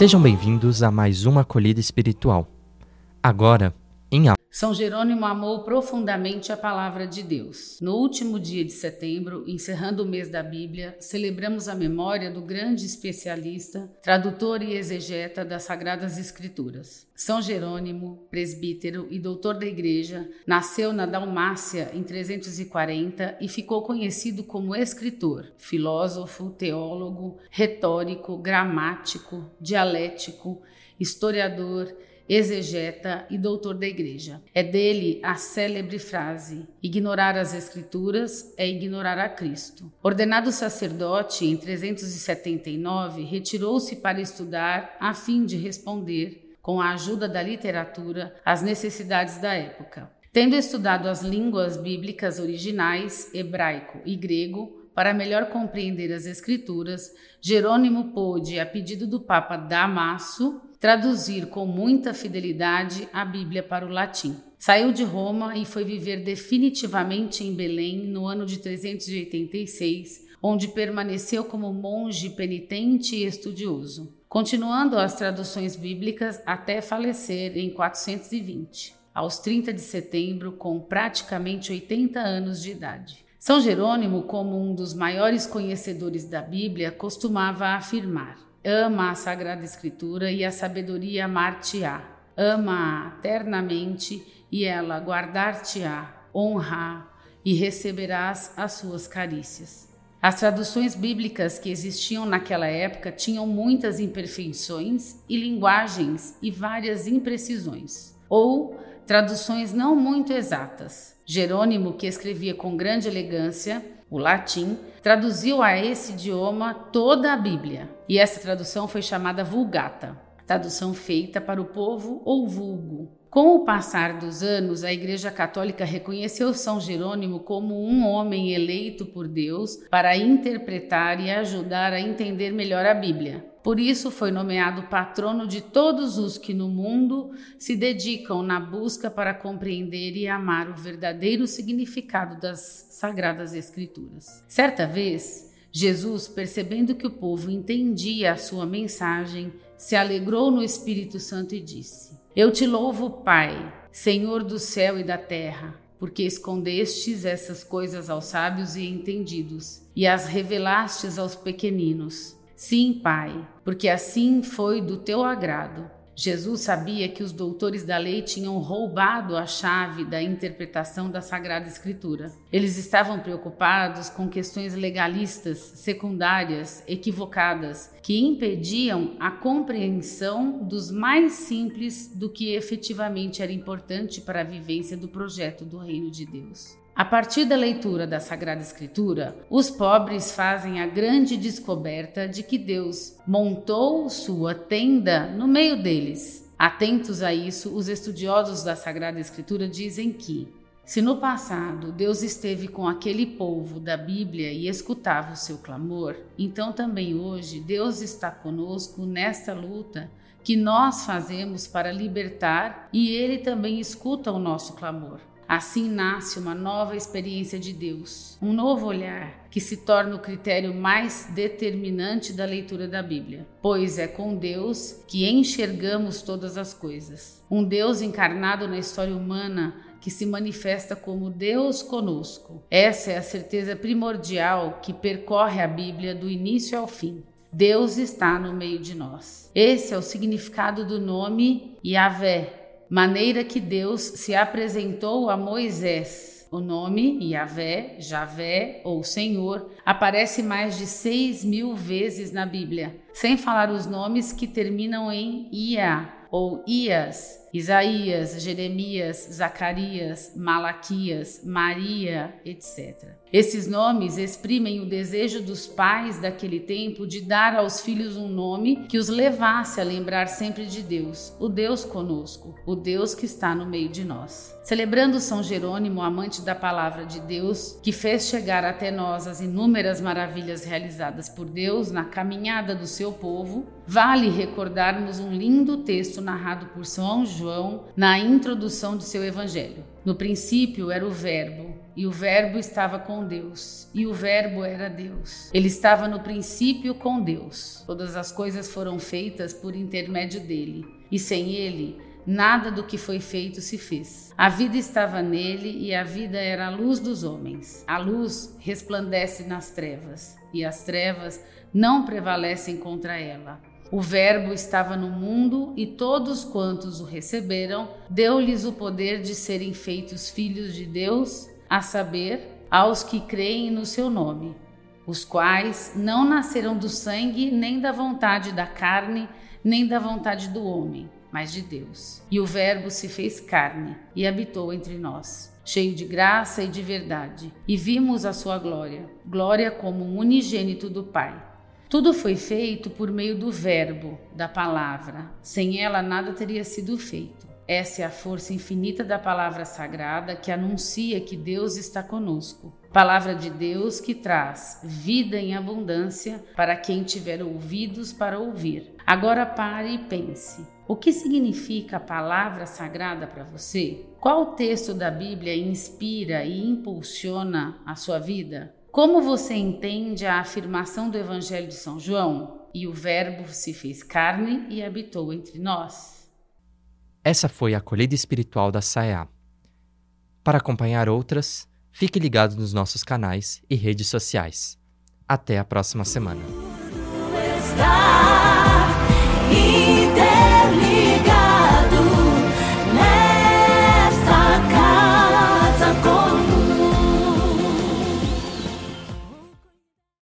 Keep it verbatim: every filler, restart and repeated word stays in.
Sejam bem-vindos a mais uma acolhida espiritual. Agora, em aula. São Jerônimo amou profundamente a palavra de Deus. No último dia de setembro, encerrando o mês da Bíblia, celebramos a memória do grande especialista, tradutor e exegeta das Sagradas Escrituras. São Jerônimo, presbítero e doutor da Igreja, nasceu na Dalmácia em trezentos e quarenta e ficou conhecido como escritor, filósofo, teólogo, retórico, gramático, dialético, historiador, exegeta e doutor da Igreja. É dele a célebre frase: ignorar as Escrituras é ignorar a Cristo. Ordenado sacerdote em trezentos e setenta e nove, retirou-se para estudar a fim de responder, com a ajuda da literatura, às necessidades da época. Tendo estudado as línguas bíblicas originais, hebraico e grego, para melhor compreender as Escrituras, Jerônimo pôde, a pedido do Papa Damaso, traduzir com muita fidelidade a Bíblia para o latim. Saiu de Roma e foi viver definitivamente em Belém no ano de trezentos e oitenta e seis, onde permaneceu como monge penitente e estudioso, continuando as traduções bíblicas até falecer em quatrocentos e vinte, aos trinta de setembro, com praticamente oitenta anos de idade. São Jerônimo, como um dos maiores conhecedores da Bíblia, costumava afirmar: ama a Sagrada Escritura e a sabedoria amar-te-á. Ama-a eternamente e ela guardar-te-á, honra e receberás as suas carícias. As traduções bíblicas que existiam naquela época tinham muitas imperfeições e linguagens e várias imprecisões, ou traduções não muito exatas. Jerônimo, que escrevia com grande elegância o latim, traduziu a esse idioma toda a Bíblia, e essa tradução foi chamada Vulgata, tradução feita para o povo ou vulgo. Com o passar dos anos, a Igreja Católica reconheceu São Jerônimo como um homem eleito por Deus para interpretar e ajudar a entender melhor a Bíblia. Por isso foi nomeado patrono de todos os que no mundo se dedicam na busca para compreender e amar o verdadeiro significado das Sagradas Escrituras. Certa vez, Jesus, percebendo que o povo entendia a sua mensagem, se alegrou no Espírito Santo e disse: Eu te louvo, Pai, Senhor do céu e da terra, porque escondestes essas coisas aos sábios e entendidos, e as revelastes aos pequeninos. Sim, Pai, porque assim foi do teu agrado. Jesus sabia que os doutores da lei tinham roubado a chave da interpretação da Sagrada Escritura. Eles estavam preocupados com questões legalistas, secundárias, equivocadas, que impediam a compreensão dos mais simples do que efetivamente era importante para a vivência do projeto do Reino de Deus. A partir da leitura da Sagrada Escritura, os pobres fazem a grande descoberta de que Deus montou sua tenda no meio deles. Atentos a isso, os estudiosos da Sagrada Escritura dizem que, se no passado Deus esteve com aquele povo da Bíblia e escutava o seu clamor, então também hoje Deus está conosco nesta luta que nós fazemos para libertar, e Ele também escuta o nosso clamor. Assim nasce uma nova experiência de Deus, um novo olhar, que se torna o critério mais determinante da leitura da Bíblia, pois é com Deus que enxergamos todas as coisas. Um Deus encarnado na história humana que se manifesta como Deus conosco. Essa é a certeza primordial que percorre a Bíblia do início ao fim. Deus está no meio de nós. Esse é o significado do nome Yahvé, maneira que Deus se apresentou a Moisés. O nome Yahvé, Javé ou Senhor aparece mais de seis mil vezes na Bíblia, sem falar os nomes que terminam em Ia ou Ias, Isaías, Jeremias, Zacarias, Malaquias, Maria, etcétera. Esses nomes exprimem o desejo dos pais daquele tempo de dar aos filhos um nome que os levasse a lembrar sempre de Deus, o Deus conosco, o Deus que está no meio de nós. Celebrando São Jerônimo, amante da palavra de Deus, que fez chegar até nós as inúmeras maravilhas realizadas por Deus na caminhada do seu povo, vale recordarmos um lindo texto narrado por São João na introdução de seu evangelho. No princípio era o Verbo, e o Verbo estava com Deus, e o Verbo era Deus. Ele estava no princípio com Deus. Todas as coisas foram feitas por intermédio dele, e sem ele, nada do que foi feito se fez. A vida estava nele, e a vida era a luz dos homens. A luz resplandece nas trevas, e as trevas não prevalecem contra ela. O Verbo estava no mundo, e todos quantos o receberam, deu-lhes o poder de serem feitos filhos de Deus, a saber, aos que creem no seu nome, os quais não nasceram do sangue, nem da vontade da carne, nem da vontade do homem, mas de Deus. E o Verbo se fez carne e habitou entre nós, cheio de graça e de verdade, e vimos a sua glória, glória como um unigênito do Pai. Tudo foi feito por meio do Verbo, da palavra. Sem ela nada teria sido feito. Essa é a força infinita da palavra sagrada que anuncia que Deus está conosco. Palavra de Deus que traz vida em abundância para quem tiver ouvidos para ouvir. Agora pare e pense. O que significa a palavra sagrada para você? Qual texto da Bíblia inspira e impulsiona a sua vida? Como você entende a afirmação do Evangelho de São João? E o Verbo se fez carne e habitou entre nós. Essa foi a acolhida espiritual da S A E A. Para acompanhar outras, fique ligado nos nossos canais e redes sociais. Até a próxima semana.